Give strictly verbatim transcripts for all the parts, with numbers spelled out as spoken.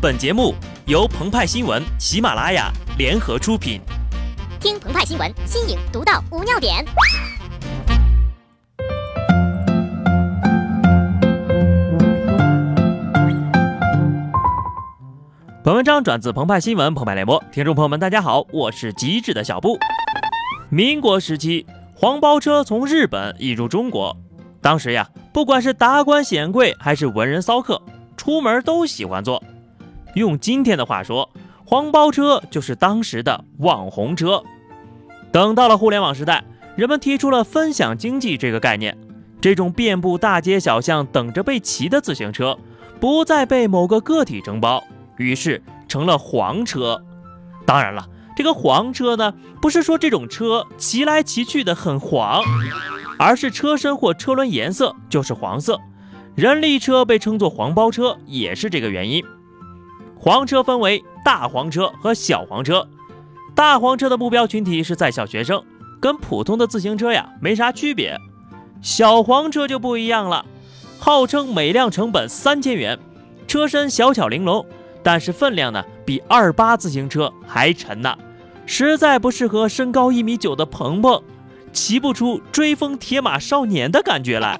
本节目由澎湃新闻、喜马拉雅联合出品。 听澎湃新闻，新颖独到，无尿点。 本文章转自澎湃新闻澎湃联播，听众朋友们，大家好，我是机智的小布。民国时期，黄包车从日本引入中国，当时呀，不管是达官显贵还是文人骚客，出门都喜欢坐。用今天的话说，黄包车就是当时的网红车。等到了互联网时代，人们提出了分享经济这个概念，这种遍布大街小巷等着被骑的自行车，不再被某个个体承包，于是成了黄车。当然了，这个黄车呢，不是说这种车骑来骑去的很黄，而是车身或车轮颜色就是黄色。人力车被称作黄包车也是这个原因。黄车分为大黄车和小黄车，大黄车的目标群体是在校学生，跟普通的自行车呀没啥区别。小黄车就不一样了，号称每辆成本三千元，车身小巧玲珑，但是分量呢比二八自行车还沉呢，实在不适合身高一米九的鹏鹏，骑不出追风铁马少年的感觉来。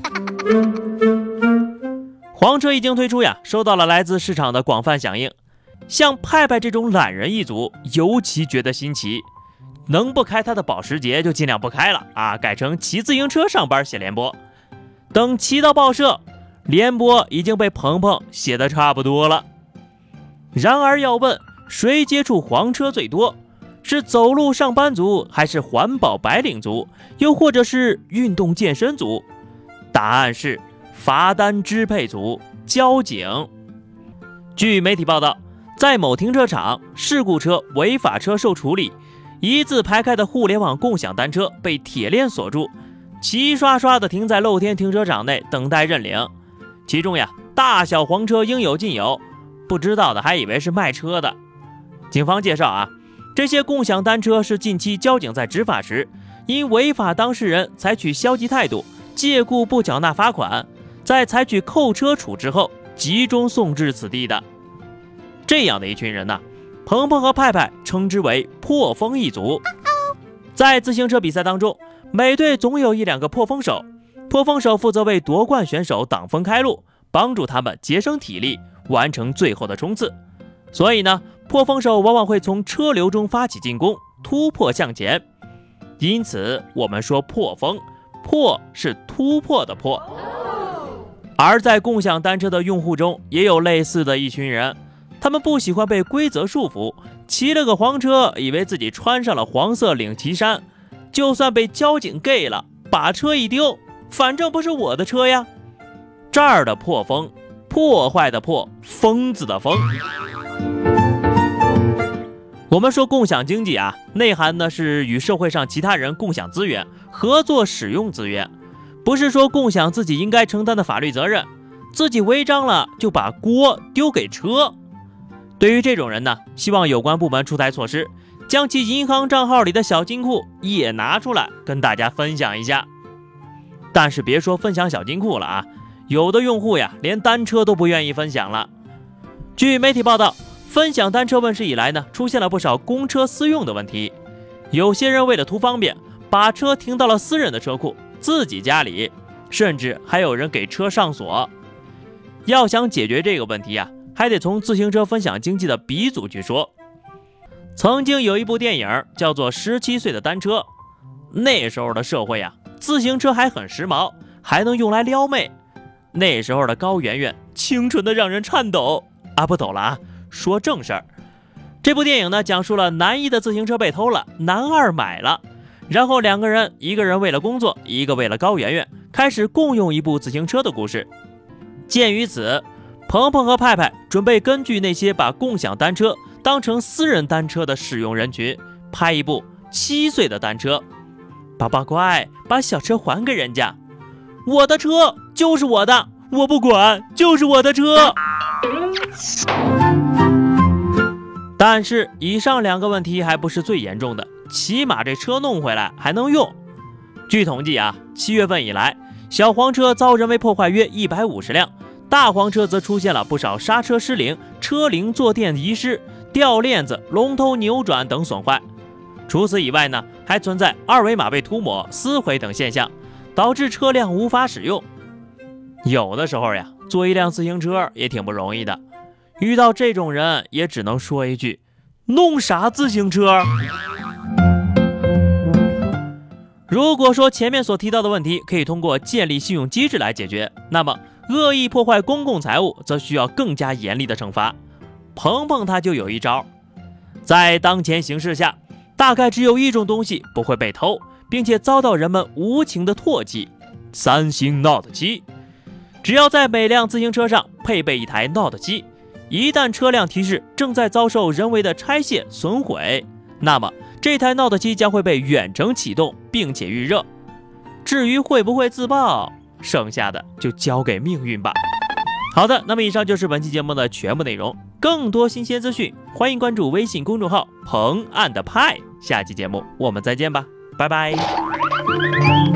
黄车一经推出呀，受到了来自市场的广泛响应。像派派这种懒人一族尤其觉得新奇，能不开他的保时捷就尽量不开了啊，改成骑自行车上班写联播。等骑到报社，联播已经被鹏鹏写得差不多了。然而要问谁接触黄车最多，是走路上班族，还是环保白领族，又或者是运动健身族？答案是罚单支配组交警。据媒体报道，在某停车场，事故车、违法车受处理，一字排开的互联网共享单车被铁链锁住，齐刷刷地停在露天停车场内等待认领。其中呀，大小黄车应有尽有，不知道的还以为是卖车的。警方介绍啊，这些共享单车是近期交警在执法时，因违法当事人采取消极态度，借故不缴纳罚款，在采取扣车处置后集中送至此地的。这样的一群人呢，鹏鹏和派派称之为破风一族。在自行车比赛当中，每队总有一两个破风手，破风手负责为夺冠选手挡风开路，帮助他们节省体力，完成最后的冲刺。所以呢，破风手往往会从车流中发起进攻，突破向前。因此我们说破风，破是突破的破。而在共享单车的用户中，也有类似的一群人，他们不喜欢被规则束缚，骑了个黄车，以为自己穿上了黄色领旗衫，就算被交警 gay 了，把车一丢，反正不是我的车呀。这儿的破风，破坏的破，疯子的疯。我们说共享经济啊，内涵呢是与社会上其他人共享资源，合作使用资源，不是说共享自己应该承担的法律责任，自己违章了就把锅丢给车。对于这种人呢，希望有关部门出台措施，将其银行账号里的小金库也拿出来跟大家分享一下。但是别说分享小金库了啊，有的用户呀连单车都不愿意分享了。据媒体报道，分享单车问世以来呢，出现了不少公车私用的问题。有些人为了图方便，把车停到了私人的车库，自己家里，甚至还有人给车上锁。要想解决这个问题啊，还得从自行车分享经济的鼻祖去说。曾经有一部电影叫做《十七岁的单车》，那时候的社会啊，自行车还很时髦，还能用来撩妹。那时候的高圆圆清纯的让人颤抖啊！不抖了啊，说正事儿。这部电影呢，讲述了男一的自行车被偷了，男二买了，然后两个人，一个人为了工作，一个为了高圆圆，开始共用一部自行车的故事。鉴于此，鹏鹏和派派准备根据那些把共享单车当成私人单车的使用人群，拍一部七岁的单车。宝宝乖，把小车还给人家，我的车就是我的，我不管，就是我的车。但是以上两个问题还不是最严重的，起码这车弄回来还能用。据统计啊，七月份以来，小黄车遭人为破坏约一百五十辆， 大黄车则出现了不少刹车失灵、车龄坐垫遗失、掉链子、龙头扭转等损坏。除此以外呢，还存在二维码被涂抹、撕毁等现象，导致车辆无法使用。有的时候呀，做一辆自行车也挺不容易的，遇到这种人也只能说一句：弄啥自行车？如果说前面所提到的问题可以通过建立信用机制来解决，那么恶意破坏公共财物则需要更加严厉的惩罚。鹏鹏他就有一招，在当前形势下，大概只有一种东西不会被偷，并且遭到人们无情的唾弃：三星 Note 七。只要在每辆自行车上配备一台 Note 七，一旦车辆提示正在遭受人为的拆卸损毁，那么这台 Note 七将会被远程启动并且预热。至于会不会自爆，剩下的就交给命运吧。好的，那么以上就是本期节目的全部内容。更多新鲜资讯，欢迎关注微信公众号“彭岸的派”。下期节目我们再见吧，拜拜。